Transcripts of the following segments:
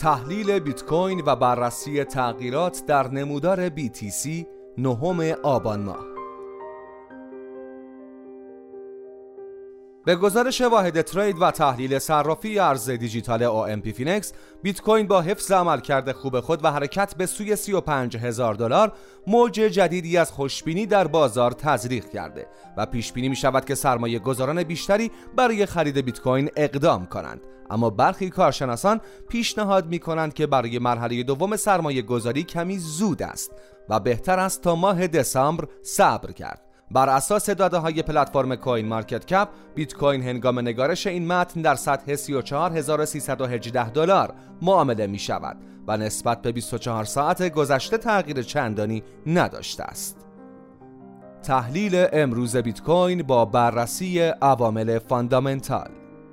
تحلیل بیت کوین و بررسی تغییرات در نمودار BTC 9 آبان ماه. به گزارش واحد ترید و تحلیل صرافی ارز دیجیتال OMP فینکس، بیت کوین با حفظ عملکرد خوب خود و حرکت به سوی $35,000 موج جدیدی از خوشبینی در بازار تزریق کرده و پیش بینی می شود که سرمایه گذاران بیشتری برای خرید بیت کوین اقدام کنند. اما برخی کارشناسان پیشنهاد می کنند که برای مرحله دوم سرمایه گذاری کمی زود است و بهتر است تا ماه دسامبر صبر کرد. بر اساس داده‌های پلتفرم کوین مارکت کپ، بیت کوین هنگام نگارش این متن در سطح $34,318 معامله می شود و نسبت به 24 ساعت گذشته تغییر چندانی نداشته است. تحلیل امروز بیت کوین با بررسی عوامل فاندامنتال.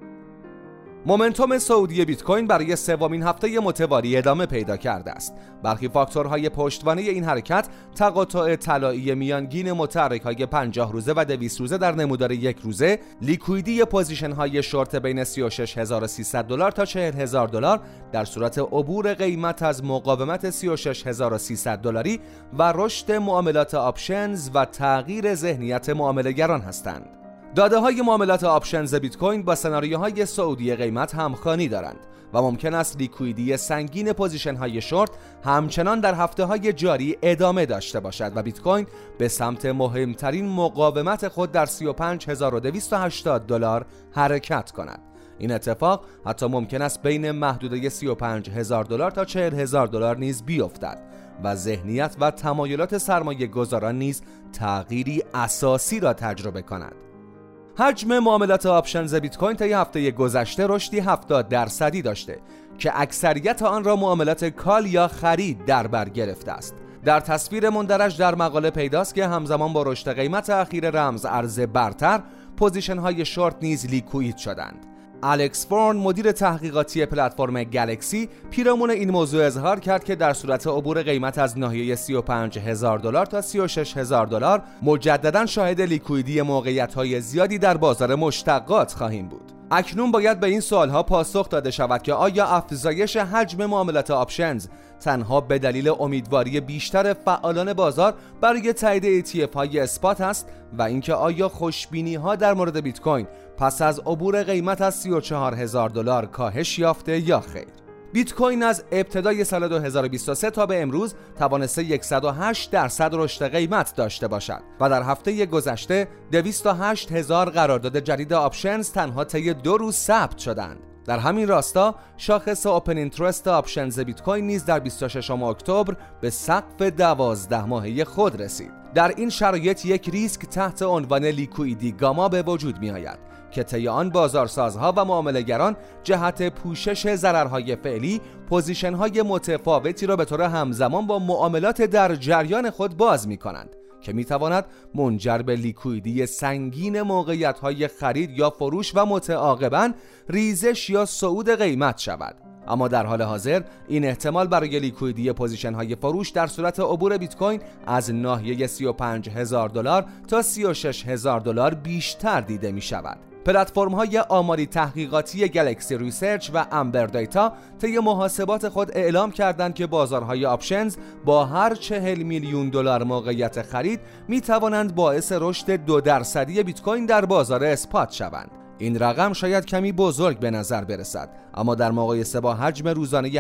مومنتوم صعودی بیت کوین برای سومین هفته متوالی ادامه پیدا کرده است. برخی فاکتورهای پشتوانه این حرکت تقاطع طلایی میانگین متحرک‌های 50 روزه و 200 روزه در نمودار یک روزه، لیکویدی پوزیشن‌های شورت بین $36,300 تا $40,000 در صورت عبور قیمت از مقاومت $36,300 و رشد معاملات آپشنز و تغییر ذهنیت معامله‌گران هستند. داده‌های معاملات آپشنز بیت کوین با سناریوهای صعودی قیمت همخوانی دارند و ممکن است لیکویدی سنگین پوزیشن‌های شورت همچنان در هفته‌های جاری ادامه داشته باشد و بیت کوین به سمت مهمترین مقاومت خود در $35,280 حرکت کند. این اتفاق حتی ممکن است بین محدوده $35,000 تا $40,000 نیز بیفتد و ذهنیت و تمایلات سرمایه گذاران نیز تغییری اساسی را تجربه کند. حجم معاملات آپشنز بیت کوین طی هفته گذشته رشدی 70% داشته که اکثریت آن را معاملات کال یا خرید در بر گرفته است. در تصویر مندرج در مقاله پیداست که همزمان با رشد قیمت اخیر رمز ارز برتر، پوزیشن‌های شورت نیز لیکوید شدند. الکس فورن، مدیر تحقیقاتی پلتفرم گلکسی، پیرامون این موضوع اظهار کرد که در صورت عبور قیمت از ناحیه $35,000 تا $36,000 مجددا شاهد لیکویدی موقعیت‌های زیادی در بازار مشتقات خواهیم بود. اکنون باید به این سوالها پاسخ داده شود که آیا افزایش حجم معاملات آپشنز تنها به دلیل امیدواری بیشتر فعالان بازار برای تایید ETF های اسپات است و اینکه آیا خوشبینی‌ها در مورد بیت کوین پس از عبور قیمت از $34,000 کاهش یافته یا خیر. بیت کوین از ابتدای سال 2023 تا به امروز توانسته 108% رشد قیمت داشته باشد و در هفته گذشته 208,000 قرارداد جدید آپشنز تنها طی 2 روز ثبت شدند. در همین راستا شاخص اوپن اینترست آپشنز بیت کوین نیز در 26 اکتبر به سقف 12 ماهه خود رسید. در این شرایط یک ریسک تحت عنوان لیکویدی گاما به وجود می آید که طی آن بازارسازها و معامله‌گران جهت پوشش ضررهای فعلی پوزیشن‌های متفاوتی را به طور همزمان با معاملات در جریان خود باز می‌کنند که می‌تواند منجر به لیکویدی سنگین موقعیت‌های خرید یا فروش و متعاقباً ریزش یا صعود قیمت شود. اما در حال حاضر این احتمال برای لیکویدی پوزیشن‌های فروش در صورت عبور بیت کوین از ناحیه $35,000 تا $36,000 بیشتر دیده می‌شود. پلتفرم‌های آماری تحقیقاتی گلکسی ریسرچ و امبر دیتا طی محاسبات خود اعلام کردند که بازارهای آپشنز با هر $40 میلیون موقعیت خرید می‌توانند باعث رشد 2% بیت کوین در بازار اسپات شوند. این رقم شاید کمی بزرگ به نظر برسد، اما در مقایسه با حجم روزانه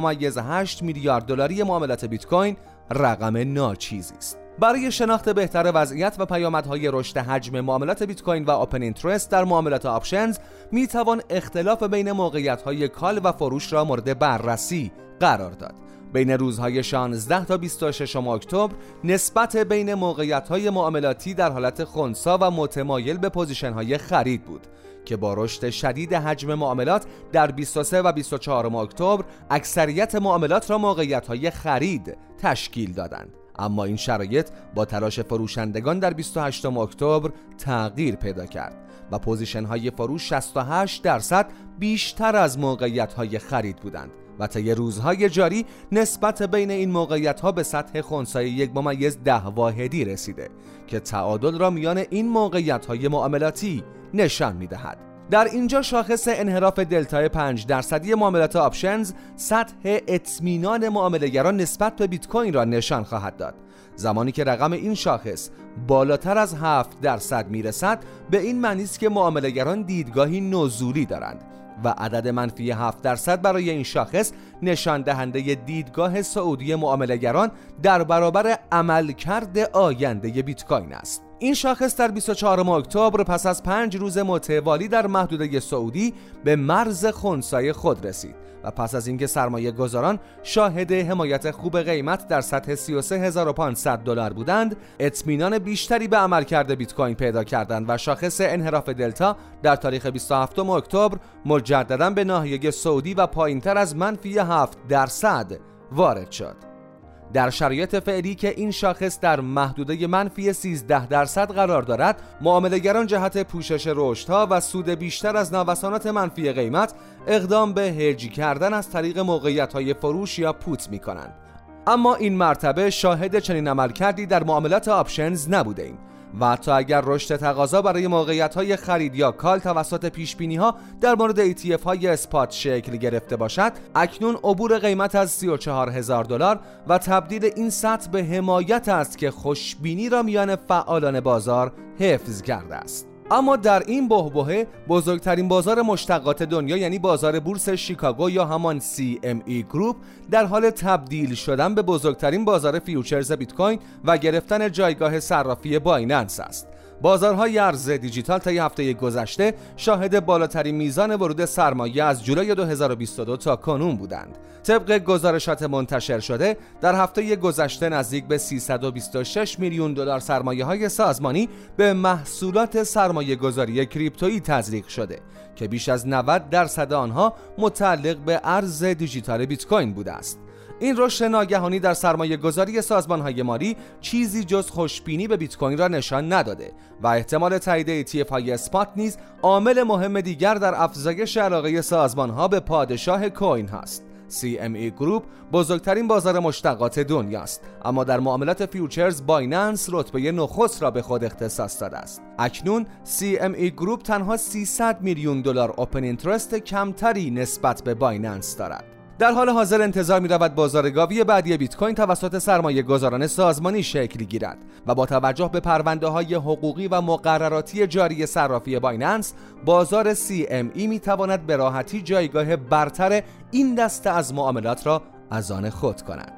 $7.8 میلیارد معاملات بیت کوین رقم ناچیزی است. برای شناخت بهتر وضعیت و پیامدهای رشد حجم معاملات بیت کوین و اوپن اینترست در معاملات آپشنز می توان اختلاف بین موقعیت‌های کال و فروش را مورد بررسی قرار داد. بین روزهای 16 تا 26 اکتبر نسبت بین موقعیت‌های معاملاتی در حالت خنثی و متمایل به پوزیشن‌های خرید بود که با رشد شدید حجم معاملات در 23 و 24 اکتبر اکثریت معاملات را موقعیت‌های خرید تشکیل دادند. اما این شرایط با تلاش فروشندگان در 28 اکتبر تغییر پیدا کرد و پوزیشن‌های فروش 68% بیشتر از موقعیت‌های خرید بودند و طی روزهای جاری نسبت بین این موقعیت‌ها به سطح خنثی 1.10 رسیده که تعادل را میان این موقعیت‌های معاملاتی نشان می‌دهد. در اینجا شاخص انحراف دلتا 5% معاملات آپشنز سطح اطمینان معامله‌گران نسبت به بیت کوین را نشان خواهد داد. زمانی که رقم این شاخص بالاتر از 7% میرسد، به این معنی است که معامله‌گران دیدگاهی نزولی دارند و عدد منفی 7% برای این شاخص نشان دهنده دیدگاه صعودی معامله‌گران در برابر عملکرد آینده بیت کوین است. این شاخص در 24 اکتبر پس از 5 روز متوالی در محدوده صعودی به مرز خنثی خود رسید و پس از اینکه سرمایه گذاران شاهد حمایت خوب قیمت در سطح 33500 دلار بودند، اطمینان بیشتری به عملکرد بیت کوین پیدا کردند و شاخص انحراف دلتا در تاریخ 27 اکتبر مجددا به ناحیه صعودی و پایینتر از منفی 7% وارد شد. در شرایط فعلی که این شاخص در محدوده منفی 13% قرار دارد، معامله‌گران جهت پوشش رشدها و سود بیشتر از نوسانات منفی قیمت اقدام به هج کردن از طریق موقعیت‌های فروش یا پوت می‌کنند. اما این مرتبه شاهد چنین عملکردی در معاملات آپشنز نبودیم و حتی اگر رشد تقاضا برای موقعیت‌های خرید یا کال توسط پیش‌بینی‌ها در مورد ETF‌های اسپات شکل گرفته باشد، اکنون عبور قیمت از 34000 دلار و تبدیل این سطح به حمایت است که خوشبینی را میان فعالان بازار حفظ کرده است. اما در این بحبوحه بزرگترین بازار مشتقات دنیا یعنی بازار بورس شیکاگو یا همان CME گروپ در حال تبدیل شدن به بزرگترین بازار فیوچرز بیت کوین و گرفتن جایگاه صرافی بایننس است. بازارهای ارز دیجیتال طی هفته گذشته شاهد بالاترین میزان ورود سرمایه از جولای 2022 تا کنون بودند. طبق گزارشات منتشر شده در هفته گذشته نزدیک به 326 میلیون دلار سرمایه‌های سازمانی به محصولات سرمایه‌گذاری کریپتویی تزریق شده که بیش از 90% آنها متعلق به ارز دیجیتال بیت کوین بوده است. این رشد ناگهانی در سرمایه گذاری سازمان‌های مالی چیزی جز خوشبینی به بیت کوین را نشان نداده و احتمال تایید ETF‌های اسپات نیز عامل مهم دیگر در افزایش علاقه سازمان‌ها به پادشاه کوین هست. CME گروپ بزرگترین بازار مشتقات دنیاست، اما در معاملات فیوچرز بایننس رتبه نخست را به خود اختصاص داده است. اکنون CME گروپ تنها 300 میلیون دلار اوپن اینترست کمتری نسبت به بایننس دارد. در حال حاضر انتظار می رود بازارگاهی بعدی بیت کوین توسط سرمایه گذاران سازمانی شکل گیرد و با توجه به پرونده های حقوقی و مقرراتی جاری صرافی بایننس، بازار CME می تواند به راحتی جایگاه برتر این دسته از معاملات را از آن خود کند.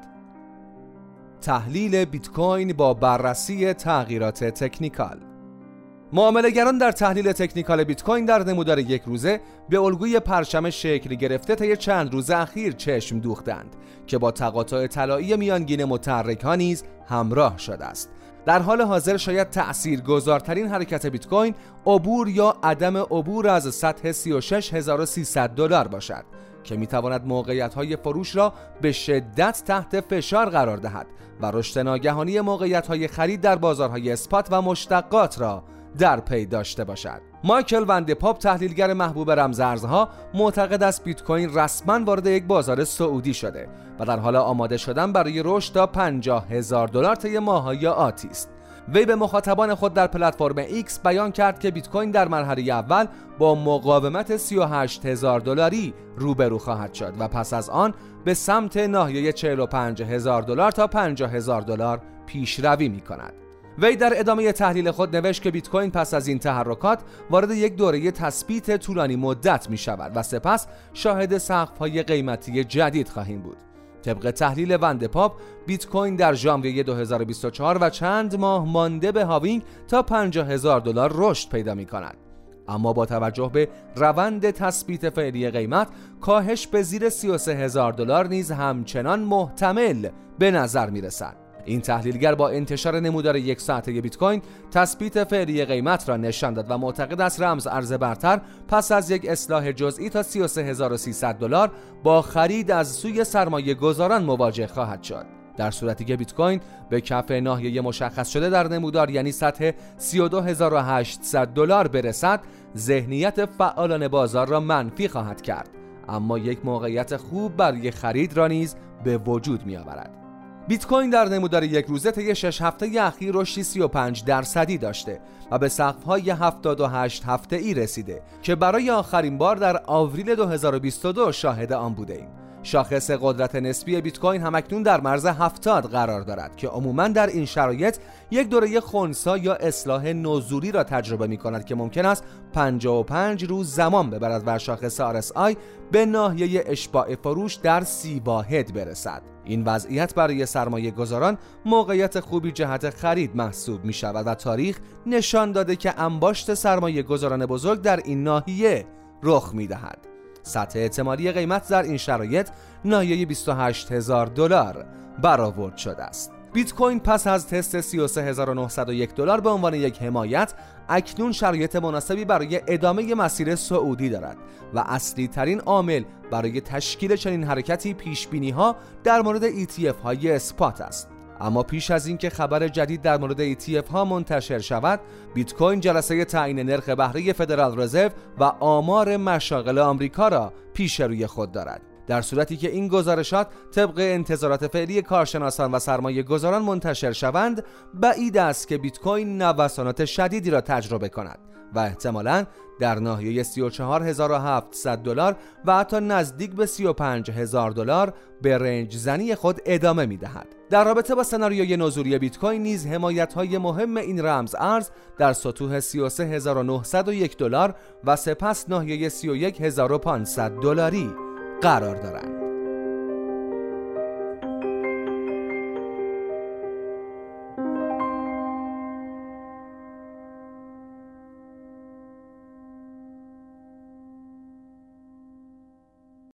تحلیل بیت کوین با بررسی تغییرات تکنیکال. معامله‌گران در تحلیل تکنیکال بیت کوین در نمودار یک روزه به الگوی پرچم شکل گرفته طی چند روز اخیر چشم دوختند که با تقاطع طلایی میانگین متحرک‌ها نیز همراه شده است. در حال حاضر شاید تأثیرگذارترین حرکت بیت کوین عبور یا عدم عبور از سطح 36300 دلار باشد که میتواند موقعیت‌های فروش را به شدت تحت فشار قرار دهد و رشد ناگهانی موقعیت‌های خرید در بازارهای اسپات و مشتقات را در پی داشته باشد. مایکل وندپاپ، تحلیلگر محبوب رمزارزها، معتقد است بیت کوین رسما وارد یک بازار سعودی شده و در حال آماده شدن برای رشد تا 50000 دلار طی ماه‌های آتی است. وی به مخاطبان خود در پلتفرم ایکس بیان کرد که بیت کوین در مرحله اول با مقاومت 38000 دلاری روبرو خواهد شد و پس از آن به سمت ناحیه 45000 دلار تا 50000 دلار پیشروی می‌کند. وی در ادامه تحلیل خود نوشت که بیت کوین پس از این تحرکات وارد یک دوره تثبیت طولانی مدت می شود و سپس شاهد سقف‌های قیمتی جدید خواهیم بود. طبق تحلیل وندپاپ، بیت کوین در ژانویه 2024 و چند ماه مانده به هاوینگ تا 50000 دلار رشد پیدا می کند. اما با توجه به روند تثبیت فعلی قیمت، کاهش به زیر 33000 دلار نیز همچنان محتمل به نظر می رسد. این تحلیلگر با انتشار نمودار یک ساعته بیت کوین تثبیت فعلی قیمت را نشان داد و معتقد است رمز ارز برتر پس از یک اصلاح جزئی تا 33300 دلار با خرید از سوی سرمایه گذاران مواجه خواهد شد. در صورتی که بیت کوین به کف ناحیه مشخص شده در نمودار یعنی سطح 32800 دلار برسد، ذهنیت فعالان بازار را منفی خواهد کرد، اما یک موقعیت خوب برای خرید را نیز به وجود می آورد. بیت کوین در نمودار یک روزه طی 6 هفته اخیر رشدی 35% داشته و به سقف‌های 78 هفته‌ای رسیده که برای آخرین بار در آوریل 2022 شاهد آن بودیم. شاخص قدرت نسبی بیت کوین همکنون در مرز 70 قرار دارد که عموماً در این شرایط یک دوره خنثی یا اصلاح نزولی را تجربه می‌کند که ممکن است 55 روز زمان ببرد و شاخص RSI به ناحیه اشباع فروش در 30 واحد برسد. این وضعیت برای سرمایه گذاران موقعیت خوبی جهت خرید محسوب می شود و تاریخ نشان داده که انباشت سرمایه گذاران بزرگ در این ناحیه رخ می دهد. سطح احتمالی قیمت در این شرایط ناحیه $28,000 برآورد شده است. بیت کوین پس از تست $33,901 به عنوان یک حمایت اکنون شرایط مناسبی برای ادامه مسیر صعودی دارد و اصلی ترین عامل برای تشکیل چنین حرکتی پیش بینی ها در مورد ETF های اسپات است. اما پیش از اینکه خبر جدید در مورد ETF ها منتشر شود، بیت کوین جلسه تعیین نرخ بهره فدرال رزرو و آمار مشاغل آمریکا را پیش روی خود دارد. در صورتی که این گزارشات طبق انتظارات فعلی کارشناسان و سرمایه گذاران منتشر شوند، بعید است که بیت کوین نوسانات شدیدی را تجربه کند و احتمالاً در ناحیه $34,700 و حتی نزدیک به $35,000 به رنج زنی خود ادامه می دهد. در رابطه با سناریوی نزولی بیت کوین نیز حمایت‌های مهم این رمز ارز در سطوح $33,901 و سپس ناحیه $31,500 قرار دارند.